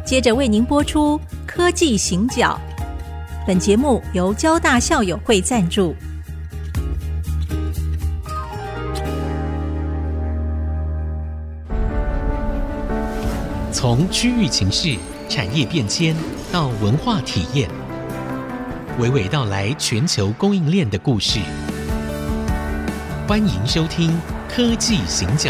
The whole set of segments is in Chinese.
接着为您播出科技行脚。本节目由交大校友会赞助。 从区域情势、产业变迁到文化体验，娓娓道来全球供应链的故事。欢迎收听科技行脚。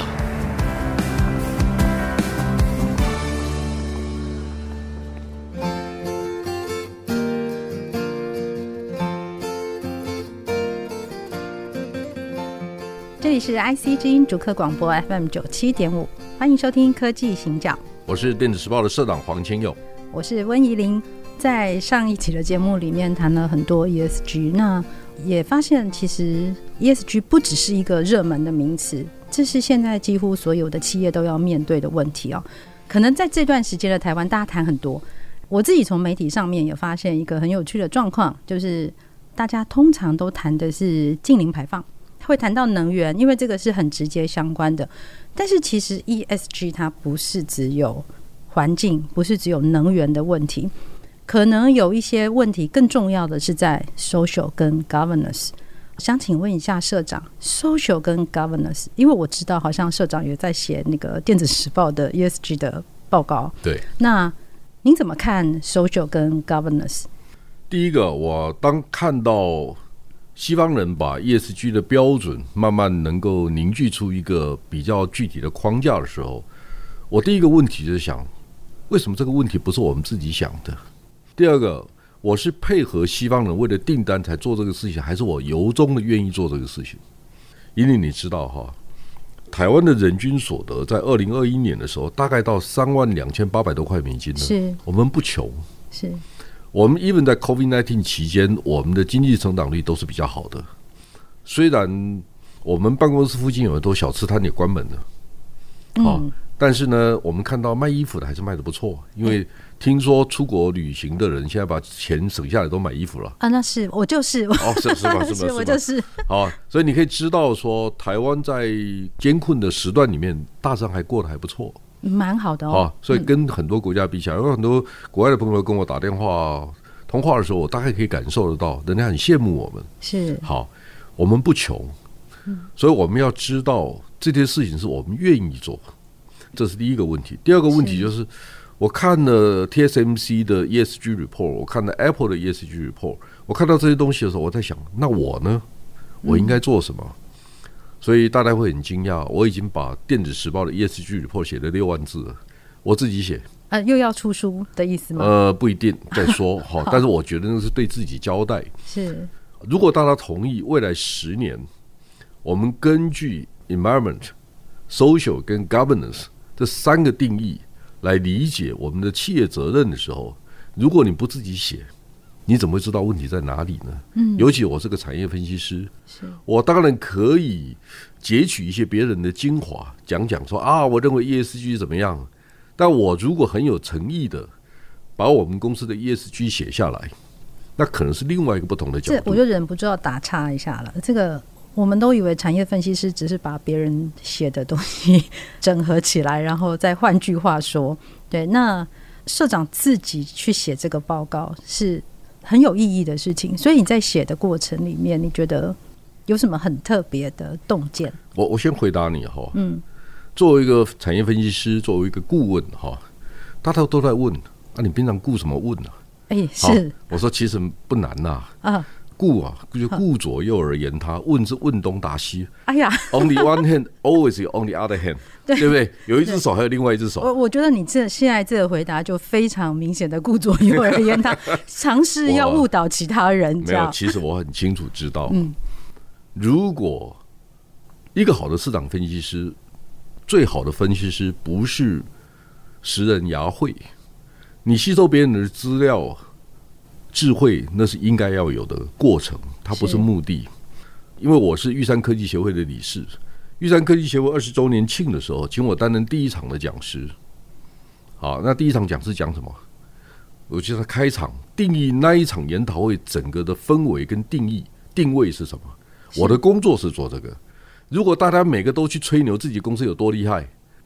这里是 IC 之音竹科广播 FM97.5， 欢迎收听科技行脚。 我是电子时报的社长黄千佑， 我是温怡玲。在上一期的节目里面谈了很多 ESG， 那也发现其实 ESG 不只是一个热门的名词，这是现在几乎所有的企业都要面对的问题哦。可能在这段时间的台湾大家谈很多，我自己从媒体上面也发现一个很有趣的状况，就是大家通常都谈的是净零排放，会谈到能源，因为这个是很直接相关的。但是其实 ESG 它不是只有环境，不是只有能源的问题，可能有一些问题更重要的是在 social 跟 governance。 想请问一下社长， social 跟 governance， 因为我知道好像社长也在写那个电子时报的 ESG 的报告， 对， 那您怎么看 social 跟 governance？ 第一个，我当看到西方人把 ESG 的标准慢慢能够凝聚出一个比较具体的框架的时候，我第一个问题就是想，为什么这个问题不是我们自己想的？第二个，我是配合西方人为了订单才做这个事情，还是我由衷的愿意做这个事情？因为你知道哈，台湾的人均所得在2021年的时候大概到32800多块美金了， 是我们不穷， 是我们 even 在 COVID-19 期间，我们的经济成长率都是比较好的。虽然我们办公室附近有很多小吃摊也关门了，但是呢，我们看到卖衣服的还是卖得不错，因为听说出国旅行的人现在把钱省下来都买衣服了啊，那是我就是是吧？ 是我就是好，所以你可以知道说，台湾在艰困的时段里面，大致上还过得还不错。 蛮好的哦， 所以跟很多国家比起来，有很多国外的朋友跟我打电话通话的时候，我大概可以感受得到，人家很羡慕我们。 是好， 我们不穷，所以我们要知道这件事情是我们愿意做，这是第一个问题。第二个问题就是，我看了 TSMC 的 ESG report， 我看了 Apple 的 ESG report， 我看到这些东西的时候，我在想，那我呢？我应该做什么？所以大家会很惊讶，我已经把电子时报的 ESG report 写了6万字了，我自己写。 又要出书的意思吗？ 不一定，再说但是我觉得那是对自己交代。 是， 如果大家同意，未来10年，我们根据 environment、social 跟 governance 这3个定义来理解我们的企业责任的时候，如果你不自己写，你怎么会知道问题在哪里呢？尤其我是个产业分析师，我当然可以截取一些别人的精华，讲说我认为 ESG 怎么样。但我如果很有诚意的把我们公司的 ESG 写下来，那可能是另外一个不同的角度。 这我就忍不住要打岔一下了。这个我们都以为产业分析师只是把别人写的东西整合起来，然后再换句话说，对，那社长自己去写这个报告是很有意义的事情，所以你在写的过程里面，你觉得有什么很特别的洞见？ 我先回答你哈，作为一个产业分析师，作为一个顾问哈，大家都在问，你平常顾什么问啊？ 是， 我说其实不难顾就顾左右而言他，问是问东答西。On the one hand, always on the other hand， 对不对？有一只手，还有另外一只手。 我觉得你现在这个回答就非常明显的顾左右而言他，尝试要误导其他人。 没有，其实我很清楚知道，如果一个好的市场分析师，最好的分析师不是识人牙慧，你吸收别人的资料。智慧那是应该要有的过程，它不是目的。因为我是玉山科技协会的理事，玉山科技协会20周年庆的时候，请我担任第一场的讲师。好，那第一场讲师讲什么？我就在开场定义那一场研讨会整个的氛围跟定位是什么。我的工作是做这个。如果大家每个都去吹牛自己公司有多厉害，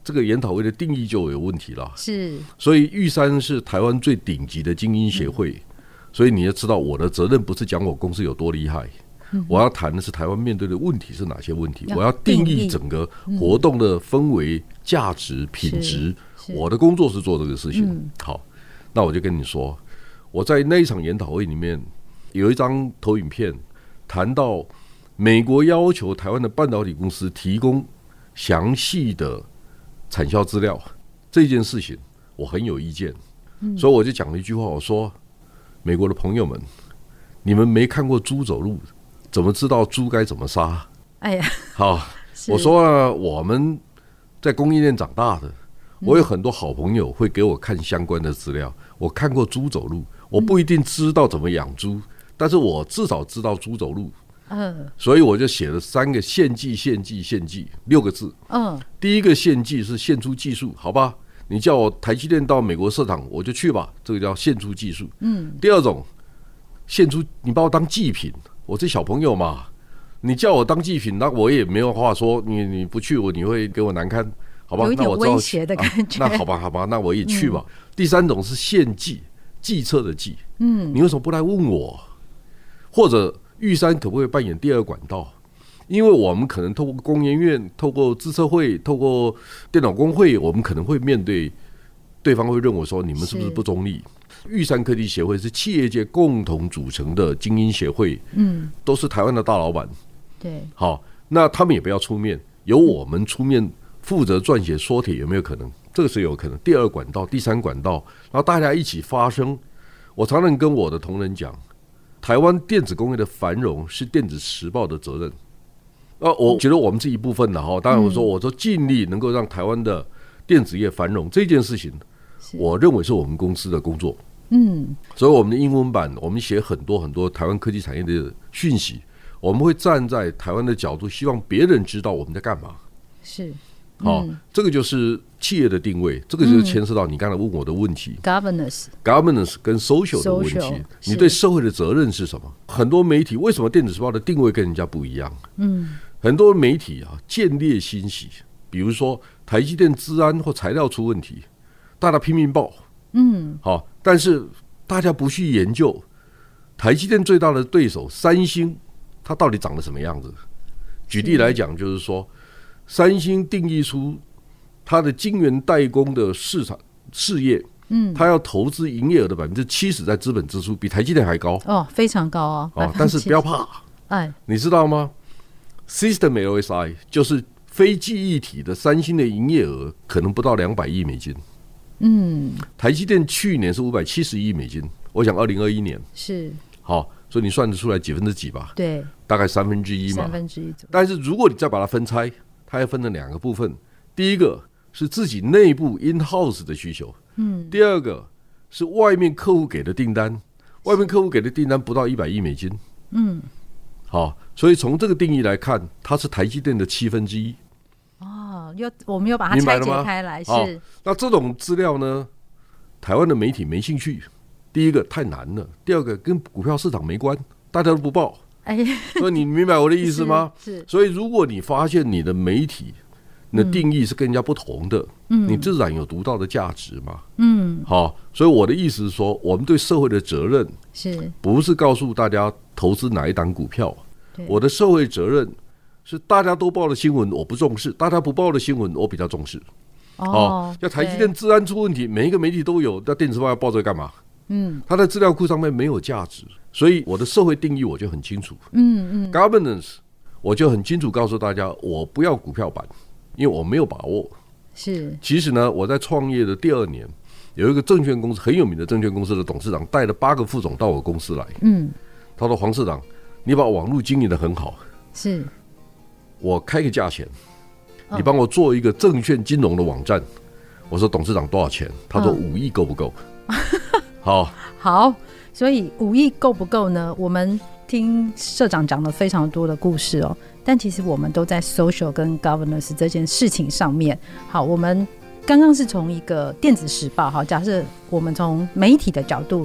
这个研讨会的定义就有问题了。 是， 所以玉山是台湾最顶级的精英协会，所以你要知道我的责任不是讲我公司有多厉害，我要谈的是台湾面对的问题是哪些问题，我要定义整个活动的氛围、价值、品质。我的工作是做这个事情。好，那我就跟你说，我在那一场研讨会里面有一张投影片，谈到美国要求台湾的半导体公司提供详细的产销资料，这件事情我很有意见。所以我就讲了一句话，我说美国的朋友们，你们没看过猪走路，怎么知道猪该怎么杀？ 哎呀， 好，我说呢，我们在供应链长大的，我有很多好朋友会给我看相关的资料。我看过猪走路，我不一定知道怎么养猪，但是我至少知道猪走路。所以我就写了3个献祭6个字。第一个献祭是献出技术，好吧？你叫我台积电到美国设厂，我就去吧，这个叫献出技术。第二种，献出你把我当祭品，我这小朋友嘛，你叫我当祭品，那我也没有话说，你不去你会给我难堪，好吧？ 有一点威胁的感觉。 那好吧，那我也去吧。第三种是献祭，计策的计。你为什么不来问我？或者玉山可不可以扮演第二管道？因为我们可能透过工研院、透过资策会、透过电脑工会，我们可能会面对对方会认为说你们是不是不中立？玉山科技协会是企业界共同组成的精英协会，都是台湾的大老板。 对， 好，那他们也不要出面，由我们出面负责撰写说帖，有没有可能？这个是有可能。第二管道、第三管道，然后大家一起发声。我常常跟我的同仁讲，台湾电子工业的繁荣是电子时报的责任。我觉得我们是一部分的哈，当然我说尽力能够让台湾的电子业繁荣这件事情，我认为是我们公司的工作。所以我们的英文版，我们写很多很多台湾科技产业的讯息，我们会站在台湾的角度，希望别人知道我们在干嘛。 是， 好，这个就是企业的定位，这个就是牵涉到你刚才问我的问题，governance 跟 social 的问题，你对社会的责任是什么？很多媒体为什么电子时报的定位跟人家不一样？很多媒体见猎心喜，比如说台积电资安或材料出问题，大家拼命报，好，但是大家不去研究台积电最大的对手三星，它到底长得什么样子？举例来讲，就是说，三星定义出它的晶圆代工的市场事业，它要投资营业额的70%在资本支出，比台积电还高非常高但是不要怕，你知道吗？System LSI 就是非记忆体的三星的营业额可能不到200亿美金。台积电去年是570亿美金，我想2021年是好，所以你算得出来几分之几吧？ 对， 大概1/3嘛。但是如果你再把它分拆，它要分成2个部分，第一个是自己内部 in-house 的需求，第二个是外面客户给的订单，外面客户给的订单不到100亿美金。好，所以从这个定义来看，它是台积电的1/7。 我们又把它拆解开来，是。 那这种资料呢，台湾的媒体没兴趣。第一个太难了，第二个跟股票市场没关，大家都不报。所以你明白我的意思吗？ 是。 所以如果你发现你的媒体的定义是跟人家不同的，你自然有独到的价值嘛。好，所以我的意思是说，我们对社会的责任是不是告诉大家投资哪一档股票？我的社会责任是大家都报的新闻我不重视，大家不报的新闻我比较重视。要台积电资安出问题，每一个媒体都有，那电子报要报这个干嘛？它在资料库上面没有价值，所以我的社会定义我就很清楚。Governance 我就很清楚告诉大家，我不要股票版，因为我没有把握。 是。 其实呢，我在创业的第2年，有一个证券公司很有名的证券公司的董事长带了8个副总到我公司来。他说：“黄市长，你把网络经营得很好， 是。 我开个价钱，你帮我做一个证券金融的网站。”我说：“董事长多少钱？”他说：“5亿够不够？” 好，所以5亿够不够呢？我们听社长讲了非常多的故事但其实我们都在 social 跟 governance 这件事情上面。好，我们刚刚是从一个电子时报，假设我们从媒体的角度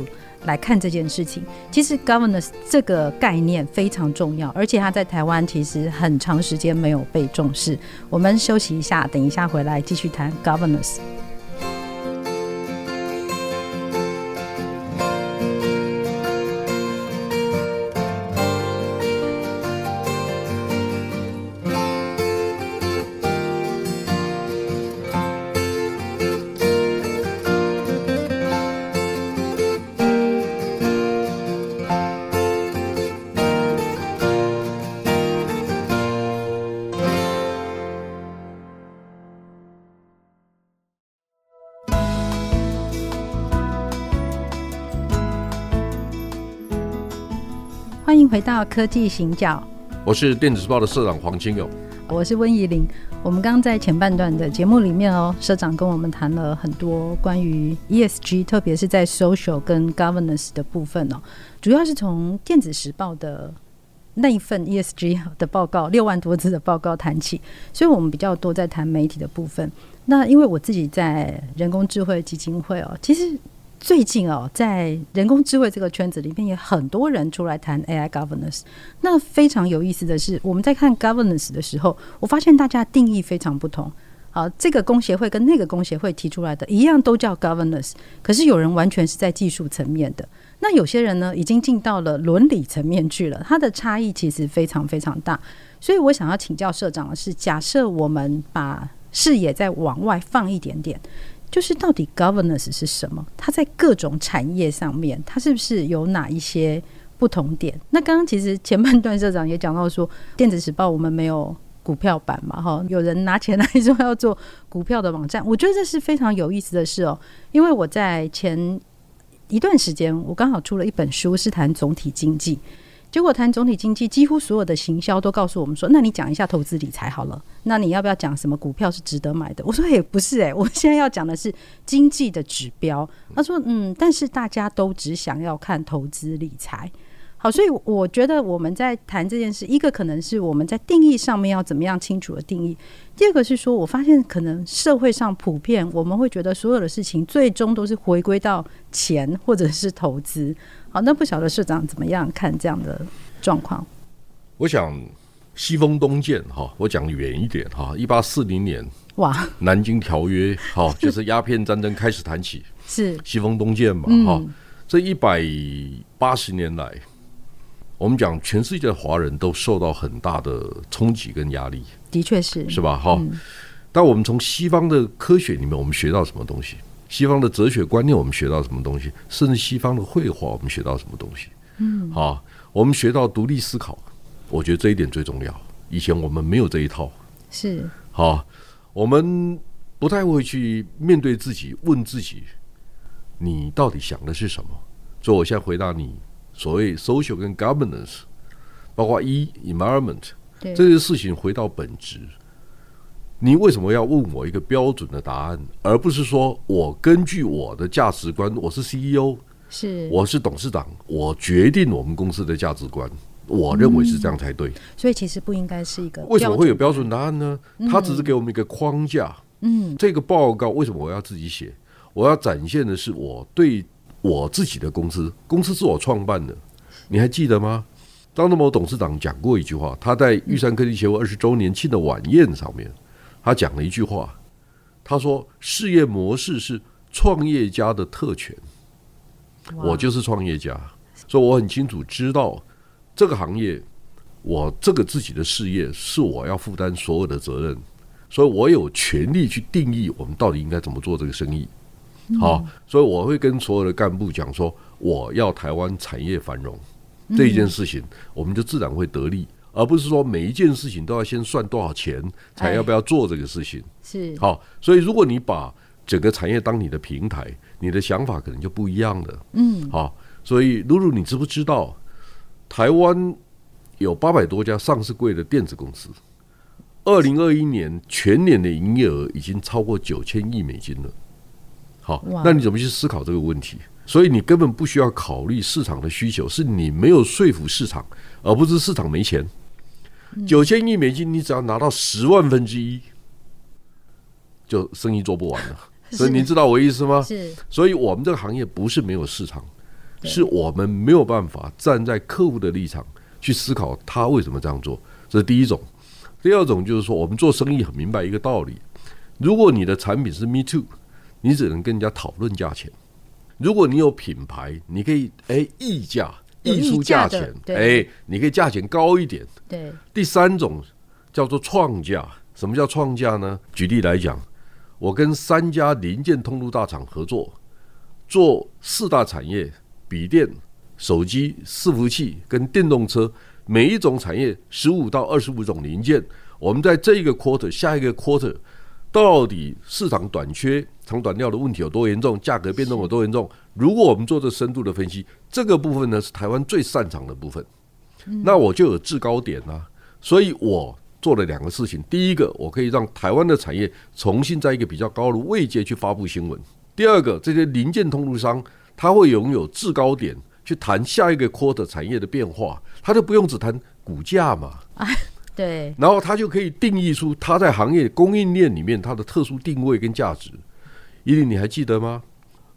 来看这件事情。其实 governance 这个概念非常重要，而且它在台湾其实很长时间没有被重视。我们休息一下，等一下回来继续谈 governance。欢迎回到科技行脚， 我是电子时报的社长黄清友， 我是温怡玲。我们刚刚在前半段的节目里面社长跟我们谈了很多关于 ESG， 特别是在 social 跟 governance 的部分主要是从电子时报的那一份 ESG 的报告6万多字的报告谈起，所以我们比较多在谈媒体的部分。那因为我自己在人工智慧基金会其实最近在人工智慧这个圈子里面也很多人出来谈 AI governance。 那非常有意思的是，我们在看 governance 的时候，我发现大家定义非常不同。这个工协会跟那个工协会提出来的一样都叫 governance， 可是有人完全是在技术层面的，那有些人呢已经进到了伦理层面去了，它的差异其实非常非常大。所以我想要请教社长的是，假设我们把视野再往外放一点点，就是到底 governance 是什么？它在各种产业上面，它是不是有哪一些不同点？那刚刚其实前半段社长也讲到说，电子时报我们没有股票版嘛，有人拿钱来说要做股票的网站，我觉得这是非常有意思的事因为我在前一段时间，我刚好出了一本书，是谈总体经济。结果谈总体经济，几乎所有的行销都告诉我们说，那你讲一下投资理财好了，那你要不要讲什么股票是值得买的？我说不是我现在要讲的是经济的指标。他说但是大家都只想要看投资理财。好，所以我觉得我们在谈这件事，一个可能是我们在定义上面要怎么样清楚的定义，第二个是说我发现可能社会上普遍我们会觉得所有的事情最终都是回归到钱或者是投资。好，那不晓得社长怎么样看这样的状况？ 我想西风东渐我讲远一点1840年哇， 南京条约就是鸦片战争开始谈起， 是西风东渐嘛这180年来，我们讲全世界的华人都受到很大的冲击跟压力， 的确是吧但我们从西方的科学里面我们学到什么东西，西方的哲学观念我们学到什么东西，甚至西方的绘画我们学到什么东西我们学到独立思考，我觉得这一点最重要。以前我们没有这一套， 是我们不太会去面对自己，问自己你到底想的是什么。所以我现在回答你所谓 social 跟 governance， 包括environment 这些事情，回到本质，你为什么要问我一个标准的答案，而不是说我根据我的价值观，我是 CEO， 我是董事长，我决定我们公司的价值观，我认为是这样才对。 所以其实不应该是一个为什么会有标准答案呢？它只是给我们一个框架。这个报告为什么我要自己写？我要展现的是我对我自己的公司是我创办的，你还记得吗？张忠谋董事长讲过一句话，他在玉山科技协会20周年庆的晚宴上面，他讲了一句话，他说事业模式是创业家的特权。我就是创业家，所以我很清楚知道这个行业，我这个自己的事业是我要负担所有的责任，所以我有权利去定义我们到底应该怎么做这个生意。所以我会跟所有的干部讲说，我要台湾产业繁荣，这一件事情我们就自然会得利，而不是说每一件事情都要先算多少钱才要不要做这个事情。 是所以如果你把整个产业当你的平台，你的想法可能就不一样了。所以露露，你知不知道台湾有800多家上市柜的电子公司，2021年全年的营业额已经超过9000亿美金了。那你怎么去思考这个问题？所以你根本不需要考虑市场的需求，是你没有说服市场，而不是市场没钱。9000亿美金，你只要拿到10万分之一，就生意做不完了。所以你知道我意思吗？ 是。 所以我们这个行业不是没有市场， 是我们没有办法站在客户的立场去思考他为什么这样做，这是第一种。第二种就是说，我们做生意很明白一个道理，如果你的产品是 me too， 你只能跟人家讨论价钱。如果你有品牌，你可以议价，溢出价钱，你可以价钱高一点。 对。 第三种叫做创价。什么叫创价呢？举例来讲，我跟3家零件通路大厂合作，做4大产业：笔电、手机、伺服器跟电动车，每一种产业15到25种零件。我们在这一个 quarter、下一个 quarter， 到底市场短缺、长短料的问题有多严重，价格变动有多严重？如果我们做这深度的分析，这个部分呢是台湾最擅长的部分，那我就有制高点啊。所以我做了2个事情，第一个，我可以让台湾的产业重新在一个比较高的位阶去发布新闻；第二个，这些零件通路商他会拥有制高点去谈下一个 quarter 产业的变化，他就不用只谈股价嘛。 对， 然后他就可以定义出他在行业供应链里面他的特殊定位跟价值。依琳，你还记得吗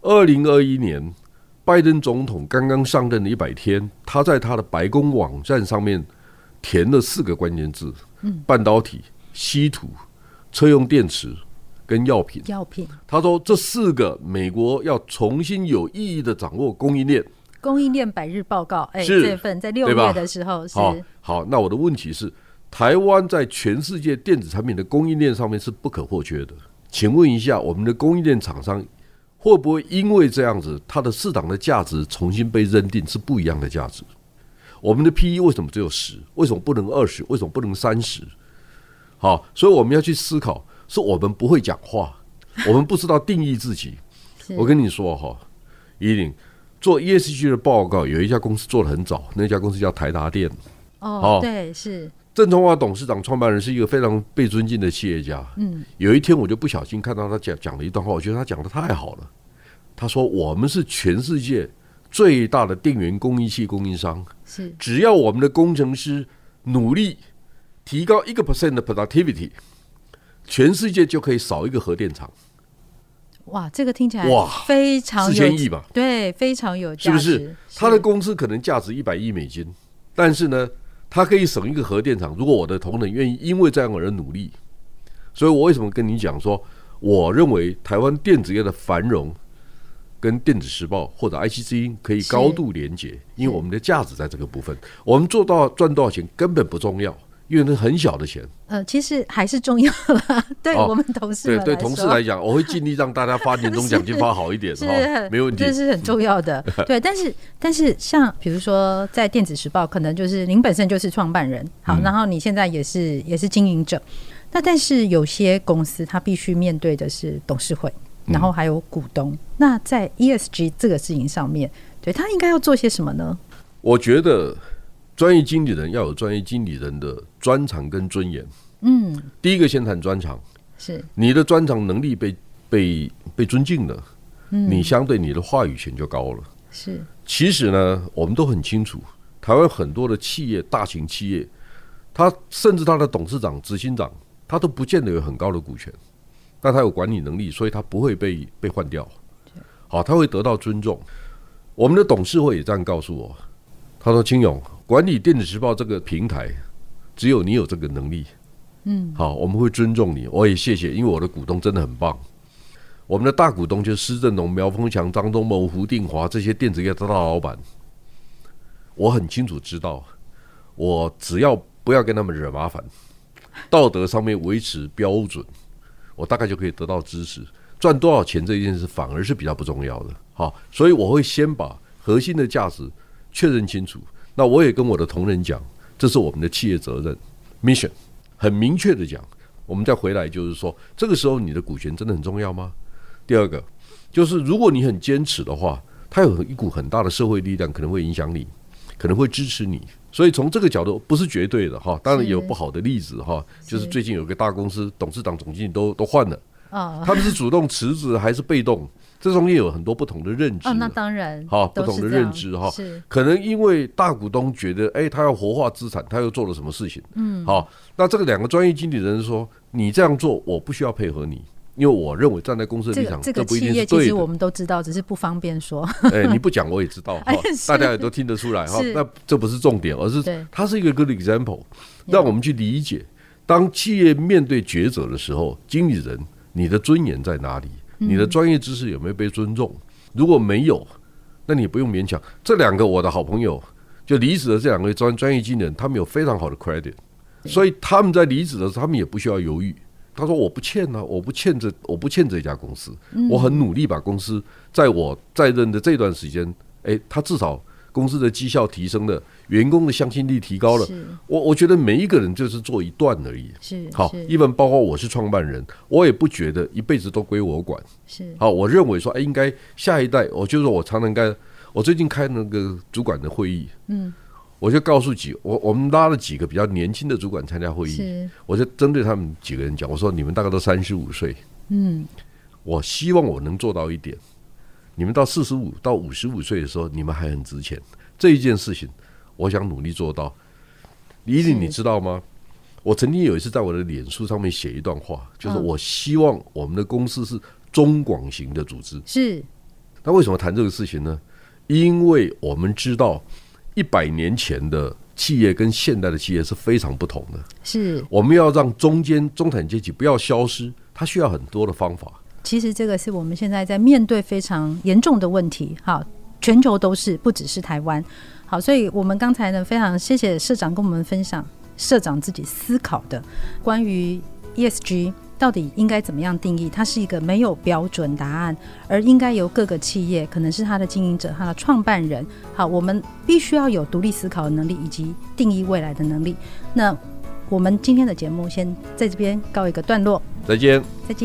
？2021年拜登总统刚刚上任的100天，他在他的白宫网站上面填了4个关键字：半导体、稀土、车用电池跟药品。他说这4个美国要重新有意义的掌握供应链。 供应链100日报告，这份在6月的时候是。 好，那我的问题是，台湾在全世界电子产品的供应链上面是不可或缺的。请问一下，我们的供应链厂商会不会因为这样子，它的市场的价值重新被认定是不一样的价值？我们的 PE 为什么只有10？为什么不能20？为什么不能30？好，所以我们要去思考，是我们不会讲话，我们不知道定义自己。我跟你说哈，依琳，做 ESG 的报告，有一家公司做得很早，那家公司叫台达电。 对，是郑崇华董事长创办人是一个非常被尊敬的企业家。有一天我就不小心看到他讲了一段话，我觉得他讲得太好了。他说：“我们是全世界最大的电源供应器供应商， 是只要我们的工程师努力提高1% 的 productivity， 全世界就可以少一个核电厂。” 哇，这个听起来非常有 4000亿吧？ 对，非常有价值。 是不是？他的公司可能价值100亿美金，但是呢，他可以省一个核电厂。如果我的同仁愿意因为这样而努力，所以我为什么跟你讲说，我认为台湾电子业的繁荣跟电子时报或者 IC 之音可以高度连结，因为我们的价值在这个部分。我们做到赚多少钱根本不重要，因为那很小的钱。 其实还是重要啦。对我们同事们来说， 对同事来讲，我会尽力让大家发年终奖金发好一点，没问题， 这是很重要的。对，但是像比如说在电子时报，可能就是您本身就是创办人，好，然后你现在也是经营者。那但是有些公司它必须面对的是董事会，然后还有股东。那在 ESG 这个事情上面，对他应该要做些什么呢？ 我觉得专业经理人要有专业经理人的专长跟尊严。第一个先谈专长， 是你的专长能力被尊敬了，你相对你的话语权就高了。 是， 其实呢，我们都很清楚，台湾很多的企业，大型企业，他甚至他的董事长、执行长，他都不见得有很高的股权，但他有管理能力，所以他不会被换掉。好，他会得到尊重。我们的董事会也这样告诉我，他说：“清勇，管理电子时报这个平台，只有你有这个能力。好，我们会尊重你。我也谢谢，因为我的股东真的很棒。我们的大股东就是施正荣、苗丰强、张忠谋、胡定华这些电子业的大老板，我很清楚知道，我只要不要跟他们惹麻烦，道德上面维持标准，我大概就可以得到支持。赚多少钱这件事反而是比较不重要的。好，所以我会先把核心的价值确认清楚。那我也跟我的同仁讲，这是我们的企业责任 mission， 很明确的讲。我们再回来就是说，这个时候你的股权真的很重要吗？第二个就是如果你很坚持的话，它有一股很大的社会力量可能会影响你，可能会支持你。所以从这个角度不是绝对的哈，当然也有不好的例子哈，就是最近有个大公司董事长、总经理都换了，他们是主动辞职还是被动？这中间有很多不同的认知。 那当然， 不同的认知哈，可能因为大股东觉得，他要活化资产，他又做了什么事情？好，那这个2个专业经理人说，你这样做，我不需要配合你， 因为我认为站在公司的立场， 这个不一定企业是对的。 其实我们都知道，只是不方便说。 你不讲我也知道大家也都听得出来那这不是重点，而是它是一个 good example， 让我们去理解，当企业面对抉择的时候，经理人你的尊严在哪里？你的专业知识有没有被尊重？如果没有，那你不用勉强。这2个我的好朋友就离职的这2位专业经理人，他们有非常好的 credit， 所以他们在离职的时候，他们也不需要犹豫。他说我不欠我不欠这家公司，我很努力把公司在我在任的这段时间，他至少公司的绩效提升了，员工的向心力提高了。我觉得每一个人就是做一段而已。好，even包括我是创办人，我也不觉得一辈子都归我管。好，我认为说，应该下一代，我就是我常常我最近开那个主管的会议，我就告诉我们拉了几个比较年轻的主管参加会议，我就针对他们几个人讲，我说你们大概都35岁，我希望我能做到一点，你们到45到55岁的时候，你们还很值钱，这一件事情，我想努力做到。李丽，你知道吗？我曾经有一次在我的脸书上面写一段话，就是我希望我们的公司是中广型的组织。那为什么谈这个事情呢？因为我们知道100年前的企业跟现代的企业是非常不同的。我们要让中产阶级不要消失，它需要很多的方法。 其实这个是我们现在在面对非常严重的问题，好，全球都是，不只是台湾。好，所以我们刚才呢，非常谢谢社长跟我们分享社长自己思考的关于 ESG 到底应该怎么样定义，它是一个没有标准答案，而应该由各个企业，可能是他的经营者，他的创办人，好，我们必须要有独立思考的能力以及定义未来的能力。那我们今天的节目先在这边告一个段落， 再见。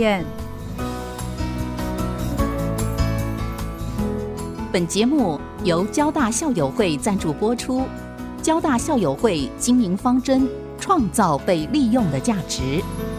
本节目由交大校友会赞助播出。交大校友会经营方针：创造被利用的价值。